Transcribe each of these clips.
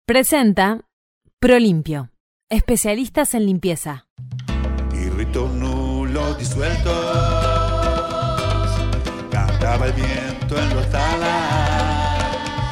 Presenta Prolimpio, especialistas en limpieza. Y ritornó los disueltos, cantaba el viento en los talas,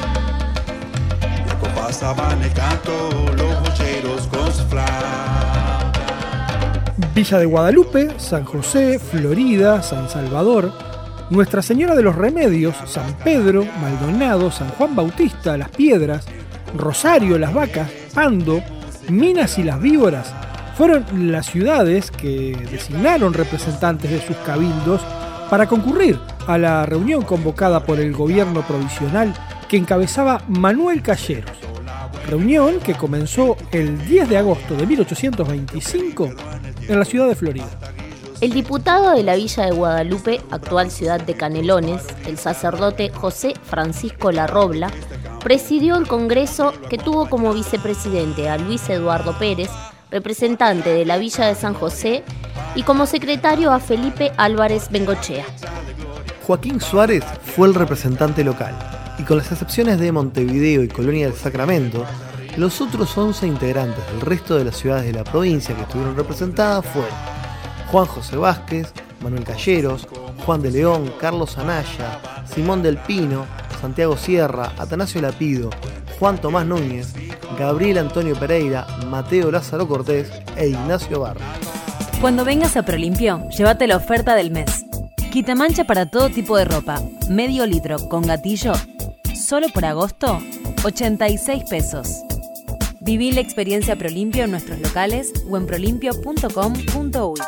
y acompasaban el canto los boyeros con su flauta. Villa de Guadalupe, San José, Florida, San Salvador, Nuestra Señora de los Remedios, San Pedro, Maldonado, San Juan Bautista, Las Piedras, Rosario, Las Vacas, Pando, Minas y Las Víboras fueron las ciudades que designaron representantes de sus cabildos para concurrir a la reunión convocada por el gobierno provisional que encabezaba Manuel Calleros. Reunión que comenzó el 10 de agosto de 1825 en la ciudad de Florida. El diputado de la Villa de Guadalupe, actual ciudad de Canelones, el sacerdote José Francisco Larrobla, presidió el Congreso que tuvo como vicepresidente a Luis Eduardo Pérez, representante de la Villa de San José, y como secretario a Felipe Álvarez Bengochea. Joaquín Suárez fue el representante local, y con las excepciones de Montevideo y Colonia del Sacramento, los otros 11 integrantes del resto de las ciudades de la provincia que estuvieron representadas fueron Juan José Vázquez, Manuel Calleros, Juan de León, Carlos Anaya, Simón del Pino, Santiago Sierra, Atanasio Lapido, Juan Tomás Núñez, Gabriel Antonio Pereira, Mateo Lázaro Cortés e Ignacio Barra. Cuando vengas a Prolimpio, llévate la oferta del mes. Quitamancha para todo tipo de ropa, medio litro con gatillo, solo por agosto, 86 pesos. Viví la experiencia Prolimpio en nuestros locales o en prolimpio.com.uy.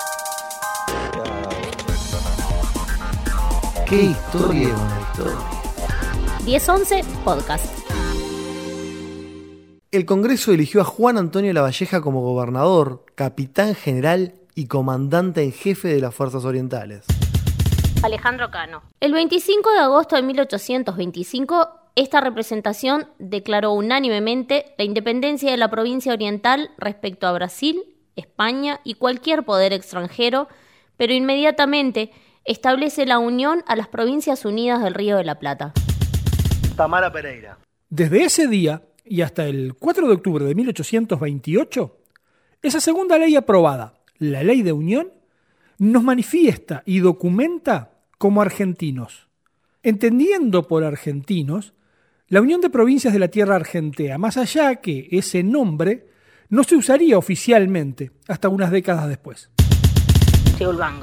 ¡Qué historia es una historia! 1011 Podcast. El Congreso eligió a Juan Antonio Lavalleja como gobernador, capitán general y comandante en jefe de las Fuerzas Orientales. Alejandro Cano. El 25 de agosto de 1825, esta representación declaró unánimemente la independencia de la provincia oriental respecto a Brasil, España y cualquier poder extranjero, pero inmediatamente establece la unión a las Provincias Unidas del Río de la Plata. Tamara Pereira. Desde ese día y hasta el 4 de octubre de 1828, esa segunda ley aprobada, la Ley de Unión, nos manifiesta y documenta como argentinos, entendiendo por argentinos la unión de provincias de la tierra argentea, más allá que ese nombre no se usaría oficialmente hasta unas décadas después. Chiulbango.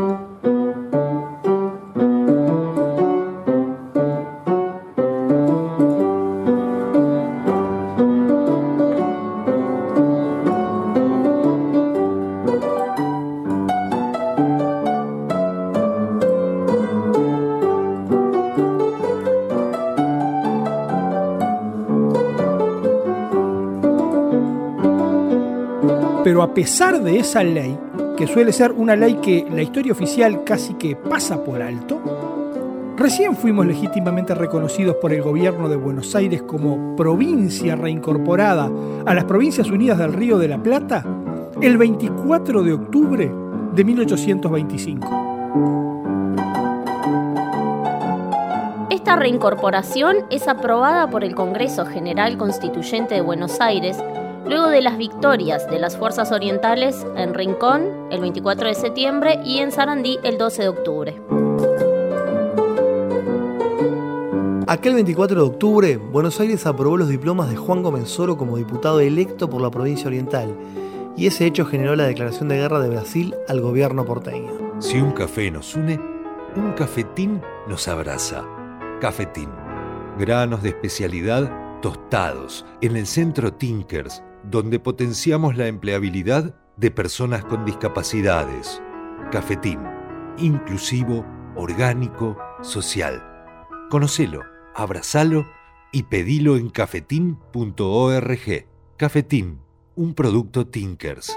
Pero a pesar de esa ley, que suele ser una ley que la historia oficial casi que pasa por alto, recién fuimos legítimamente reconocidos por el gobierno de Buenos Aires como provincia reincorporada a las Provincias Unidas del Río de la Plata el 24 de octubre de 1825. Esta reincorporación es aprobada por el Congreso General Constituyente de Buenos Aires luego de las victorias de las fuerzas orientales en Rincón el 24 de septiembre y en Sarandí el 12 de octubre. Aquel 24 de octubre, Buenos Aires aprobó los diplomas de Juan Gómez Soro como diputado electo por la provincia oriental, y ese hecho generó la declaración de guerra de Brasil al gobierno porteño. Si un café nos une, un cafetín nos abraza. Cafetín. Granos de especialidad tostados en el centro Tinkers, donde potenciamos la empleabilidad de personas con discapacidades. Cafetín. Inclusivo, orgánico, social. Conocelo, abrazalo y pedilo en cafetín.org. Cafetín, un producto Tinkers.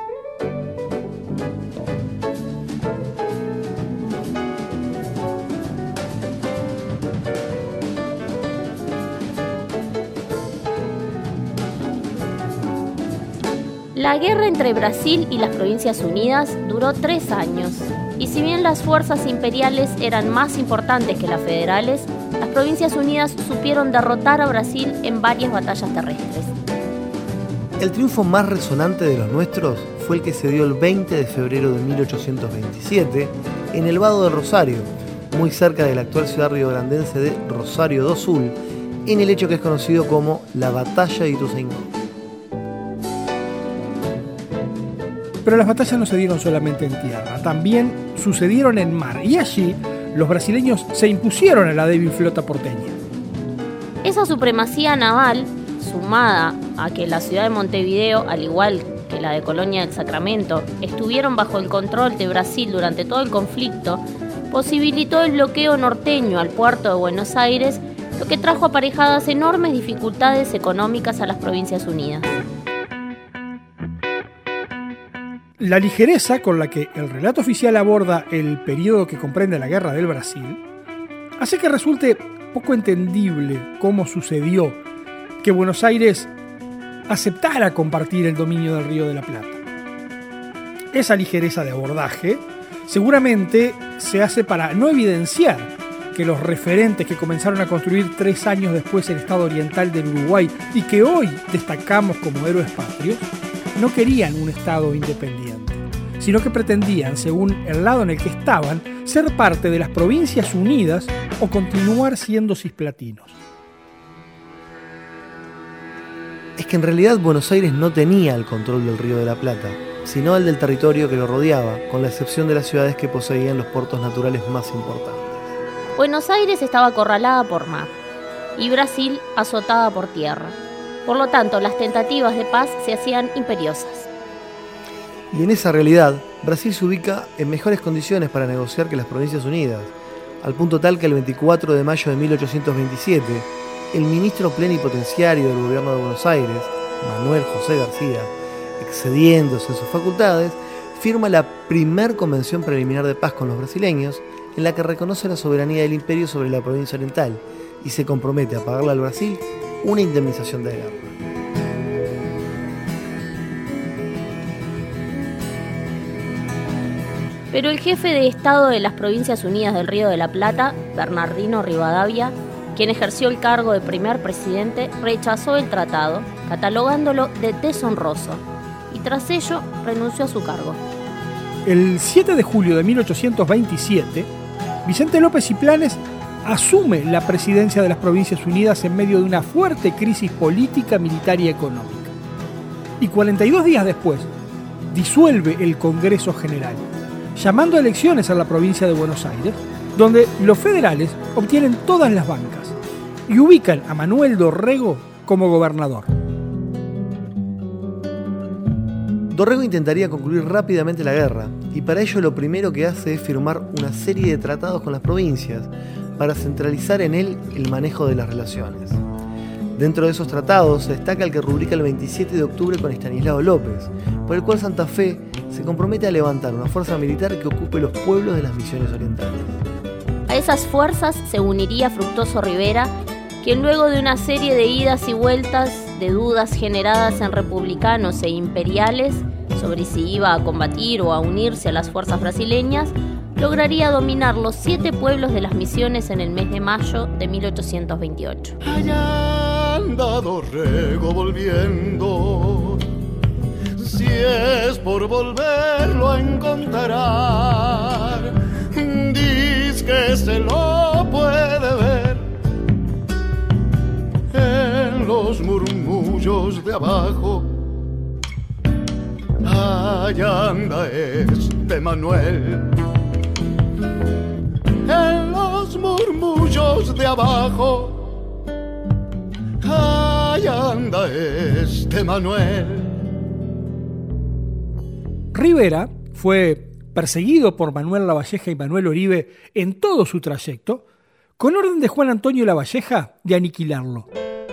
La guerra entre Brasil y las Provincias Unidas duró 3 años, y si bien las fuerzas imperiales eran más importantes que las federales, las Provincias Unidas supieron derrotar a Brasil en varias batallas terrestres. El triunfo más resonante de los nuestros fue el que se dio el 20 de febrero de 1827 en el Vado de Rosario, muy cerca de la actual ciudad riograndense de Rosario do Sul, en el hecho que es conocido como la Batalla de Ituzaingó. Pero las batallas no se dieron solamente en tierra, también sucedieron en mar, y allí los brasileños se impusieron a la débil flota porteña. Esa supremacía naval, sumada a que la ciudad de Montevideo, al igual que la de Colonia del Sacramento, estuvieron bajo el control de Brasil durante todo el conflicto, posibilitó el bloqueo norteño al puerto de Buenos Aires, lo que trajo aparejadas enormes dificultades económicas a las Provincias Unidas. La ligereza con la que el relato oficial aborda el periodo que comprende la Guerra del Brasil hace que resulte poco entendible cómo sucedió que Buenos Aires aceptara compartir el dominio del Río de la Plata. Esa ligereza de abordaje seguramente se hace para no evidenciar que los referentes que comenzaron a construir 3 años después el Estado Oriental del Uruguay y que hoy destacamos como héroes patrios, no querían un Estado independiente, sino que pretendían, según el lado en el que estaban, ser parte de las Provincias Unidas o continuar siendo cisplatinos. Es que en realidad Buenos Aires no tenía el control del Río de la Plata, sino el del territorio que lo rodeaba, con la excepción de las ciudades que poseían los puertos naturales más importantes. Buenos Aires estaba acorralada por mar y Brasil azotada por tierra. Por lo tanto, las tentativas de paz se hacían imperiosas. Y en esa realidad, Brasil se ubica en mejores condiciones para negociar que las Provincias Unidas, al punto tal que el 24 de mayo de 1827, el ministro plenipotenciario del gobierno de Buenos Aires, Manuel José García, excediéndose en sus facultades, firma la primer convención preliminar de paz con los brasileños, en la que reconoce la soberanía del imperio sobre la provincia oriental y se compromete a pagarle al Brasil una indemnización de guerra. Pero el jefe de Estado de las Provincias Unidas del Río de la Plata, Bernardino Rivadavia, quien ejerció el cargo de primer presidente, rechazó el tratado, catalogándolo de deshonroso, y tras ello renunció a su cargo. El 7 de julio de 1827, Vicente López y Planes asume la presidencia de las Provincias Unidas en medio de una fuerte crisis política, militar y económica. Y 42 días después, disuelve el Congreso General, llamando a elecciones a la provincia de Buenos Aires, donde los federales obtienen todas las bancas y ubican a Manuel Dorrego como gobernador. Dorrego intentaría concluir rápidamente la guerra, y para ello lo primero que hace es firmar una serie de tratados con las provincias para centralizar en él el manejo de las relaciones. Dentro de esos tratados se destaca el que rubrica el 27 de octubre con Estanislao López, por el cual Santa Fe se compromete a levantar una fuerza militar que ocupe los pueblos de las Misiones Orientales. A esas fuerzas se uniría Fructuoso Rivera, quien luego de una serie de idas y vueltas de dudas generadas en republicanos e imperiales sobre si iba a combatir o a unirse a las fuerzas brasileñas, lograría dominar los 7 pueblos de las Misiones en el mes de mayo de 1828. Allá anda Dorrego volviendo, si es por volverlo a encontrar, diz que se lo puede ver en los murmullos de abajo. Allá anda este Manuel en los murmullos de abajo. Allá anda este Manuel. Rivera fue perseguido por Manuel Lavalleja y Manuel Oribe en todo su trayecto, con orden de Juan Antonio Lavalleja de aniquilarlo.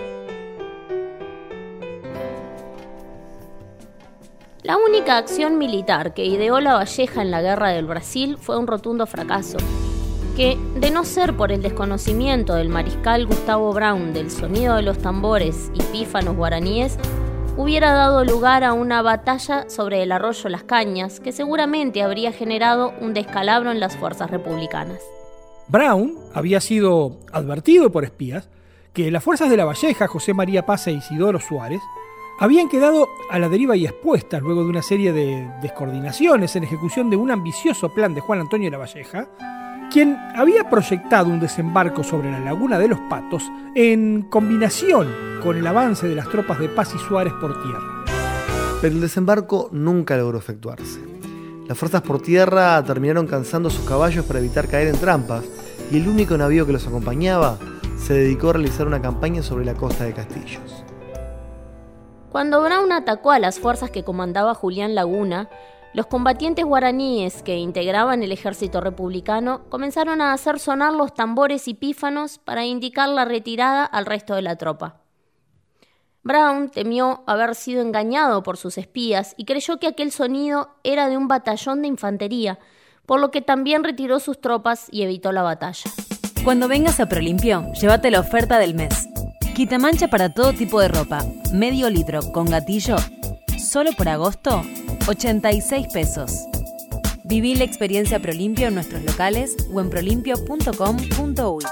La única acción militar que ideó Lavalleja en la Guerra del Brasil fue un rotundo fracaso, que, de no ser por el desconocimiento del mariscal Gustavo Brown del sonido de los tambores y pífanos guaraníes, hubiera dado lugar a una batalla sobre el arroyo Las Cañas, que seguramente habría generado un descalabro en las fuerzas republicanas. Brown había sido advertido por espías que las fuerzas de Lavalleja, José María Paz e Isidoro Suárez habían quedado a la deriva y expuestas luego de una serie de descoordinaciones en ejecución de un ambicioso plan de Juan Antonio Lavalleja, quien había proyectado un desembarco sobre la laguna de los Patos en combinación con el avance de las tropas de Paz y Suárez por tierra. Pero el desembarco nunca logró efectuarse. Las fuerzas por tierra terminaron cansando sus caballos para evitar caer en trampas, y el único navío que los acompañaba se dedicó a realizar una campaña sobre la costa de Castillos. Cuando Brown atacó a las fuerzas que comandaba Julián Laguna, los combatientes guaraníes que integraban el ejército republicano comenzaron a hacer sonar los tambores y pífanos para indicar la retirada al resto de la tropa. Brown temió haber sido engañado por sus espías y creyó que aquel sonido era de un batallón de infantería, por lo que también retiró sus tropas y evitó la batalla. Cuando vengas a Prolimpio, llévate la oferta del mes. Quitamancha para todo tipo de ropa, medio litro con gatillo, solo por agosto, 86 pesos. Viví la experiencia Prolimpio en nuestros locales o en prolimpio.com.uy.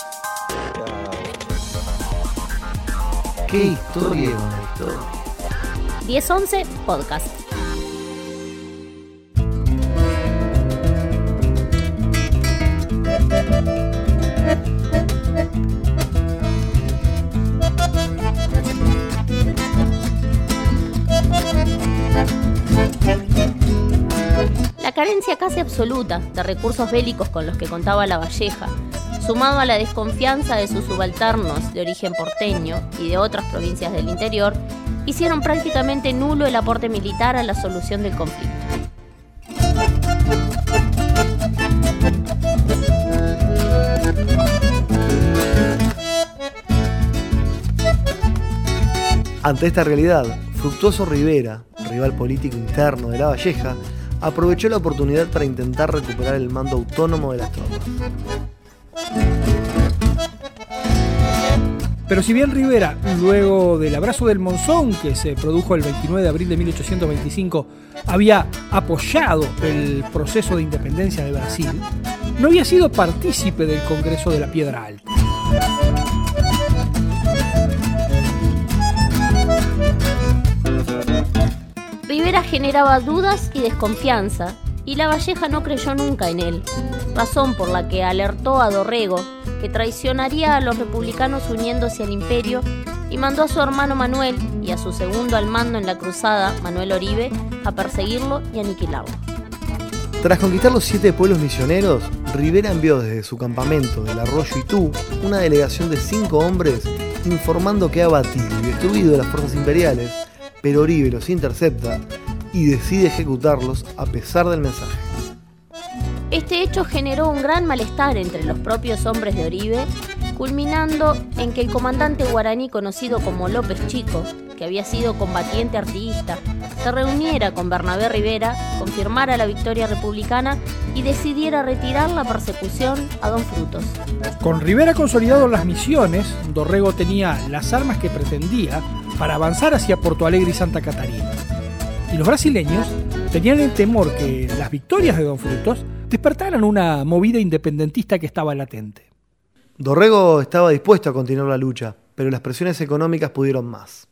¡Qué historia, una historia! 1011 Podcast. La carencia casi absoluta de recursos bélicos con los que contaba Lavalleja, sumado a la desconfianza de sus subalternos de origen porteño y de otras provincias del interior, hicieron prácticamente nulo el aporte militar a la solución del conflicto. Ante esta realidad, Fructuoso Rivera, rival político interno de Lavalleja, aprovechó la oportunidad para intentar recuperar el mando autónomo de las tropas. Pero si bien Rivera, luego del abrazo del Monzón, que se produjo el 29 de abril de 1825, había apoyado el proceso de independencia de Brasil, no había sido partícipe del Congreso de la Piedra Alta. Rivera generaba dudas y desconfianza, y Lavalleja no creyó nunca en él, razón por la que alertó a Dorrego que traicionaría a los republicanos uniéndose al imperio, y mandó a su hermano Manuel y a su segundo al mando en la cruzada, Manuel Oribe, a perseguirlo y aniquilarlo. Tras conquistar los 7 pueblos misioneros, Rivera envió desde su campamento del Arroyo Itú una delegación de 5 hombres informando que ha abatido y destruido a las fuerzas imperiales, pero Oribe los intercepta y decide ejecutarlos a pesar del mensaje. Este hecho generó un gran malestar entre los propios hombres de Oribe, culminando en que el comandante guaraní conocido como López Chico, que había sido combatiente artiguista, se reuniera con Bernabé Rivera, confirmara la victoria republicana y decidiera retirar la persecución a Don Frutos. Con Rivera consolidado en las misiones, Dorrego tenía las armas que pretendía para avanzar hacia Porto Alegre y Santa Catarina. Y los brasileños tenían el temor que las victorias de Don Frutos despertaran una movida independentista que estaba latente. Dorrego estaba dispuesto a continuar la lucha, pero las presiones económicas pudieron más.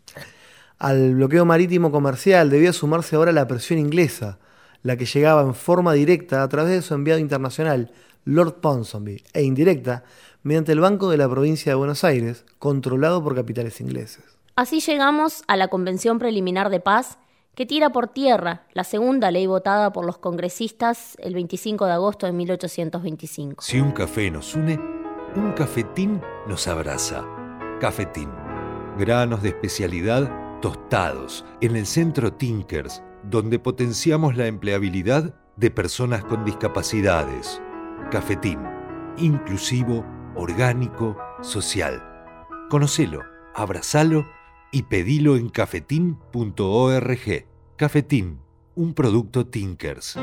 Al bloqueo marítimo comercial debía sumarse ahora la presión inglesa, la que llegaba en forma directa a través de su enviado internacional, Lord Ponsonby, e indirecta mediante el Banco de la Provincia de Buenos Aires, controlado por capitales ingleses. Así llegamos a la Convención Preliminar de Paz, que tira por tierra la segunda ley votada por los congresistas el 25 de agosto de 1825. Si un café nos une, un cafetín nos abraza. Cafetín. Granos de especialidad tostados en el centro Tinkers, donde potenciamos la empleabilidad de personas con discapacidades. Cafetín. Inclusivo, orgánico, social. Conocelo, abrazalo y pedilo en cafetín.org. Cafetín, un producto Tinkers.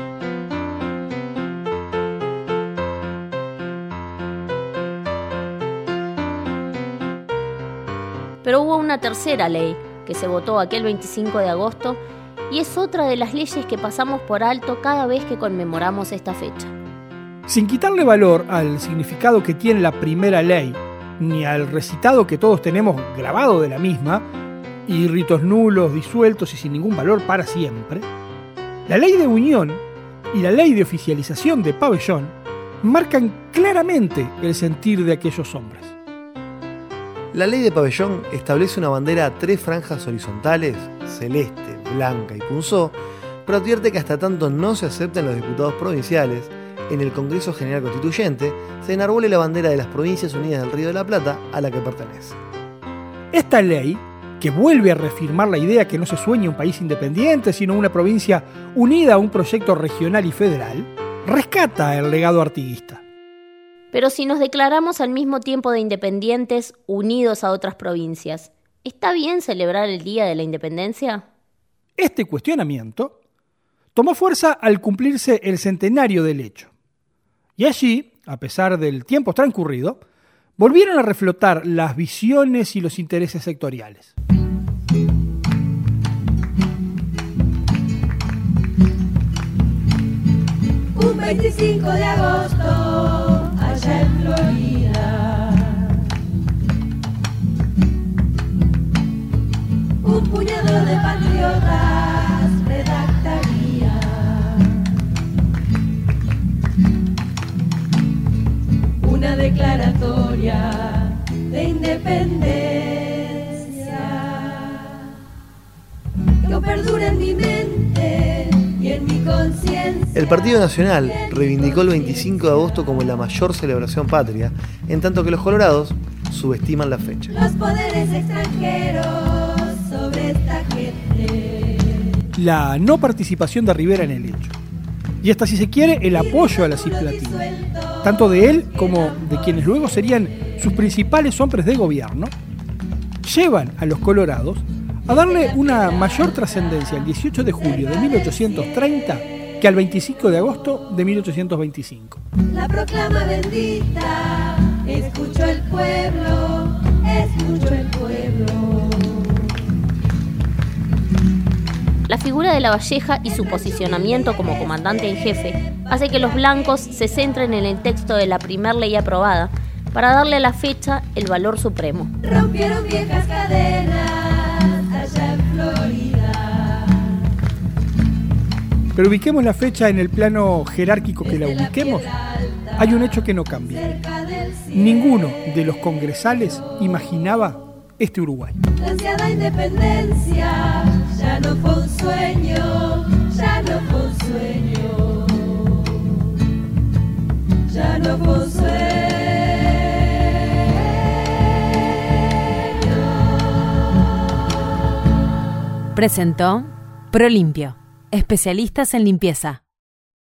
Pero hubo una tercera ley que se votó aquel 25 de agosto y es otra de las leyes que pasamos por alto cada vez que conmemoramos esta fecha. Sin quitarle valor al significado que tiene la primera ley, ni al recitado que todos tenemos grabado de la misma, y ritos nulos, disueltos y sin ningún valor para siempre, la ley de unión y la ley de oficialización de pabellón marcan claramente el sentir de aquellos hombres. La ley de pabellón establece una bandera a 3 franjas horizontales, celeste, blanca y punzó, pero advierte que hasta tanto no se acepten los diputados provinciales, en el Congreso General Constituyente se enarbole la bandera de las Provincias Unidas del Río de la Plata a la que pertenece. Esta ley, que vuelve a reafirmar la idea que no se sueña un país independiente, sino una provincia unida a un proyecto regional y federal, rescata el legado artiguista. Pero si nos declaramos al mismo tiempo de independientes unidos a otras provincias, ¿está bien celebrar el Día de la Independencia? Este cuestionamiento tomó fuerza al cumplirse el centenario del hecho. Y allí, a pesar del tiempo transcurrido, volvieron a reflotar las visiones y los intereses sectoriales. Un 25 de agosto, allá en Florida, un puñado de patriotas redactaría una declaratoria de independencia que perdura en mi mente y en mi conciencia. El Partido Nacional reivindicó el 25 de agosto como la mayor celebración patria, en tanto que los colorados subestiman la fecha. Los poderes extranjeros sobre esta gente. La no participación de Rivera en el hecho. Y hasta si se quiere, el apoyo a la cisplatina, tanto de él como de quienes luego serían sus principales hombres de gobierno, llevan a los colorados a darle una mayor trascendencia al 18 de julio de 1830 que al 25 de agosto de 1825. La proclama bendita, escuchó el pueblo, escuchó el pueblo. La figura de Lavalleja y su posicionamiento como comandante en jefe hace que los blancos se centren en el texto de la primer ley aprobada para darle a la fecha el valor supremo. Rompieron viejas cadenas allá en Florida. Pero ubiquemos la fecha en el plano jerárquico que la ubiquemos, hay un hecho que no cambia. Ninguno de los congresales imaginaba este Uruguay. La ansiada independencia ya no fue un sueño, ya no fue un sueño, ya no fue un sueño. Presentó Prolimpio, especialistas en limpieza.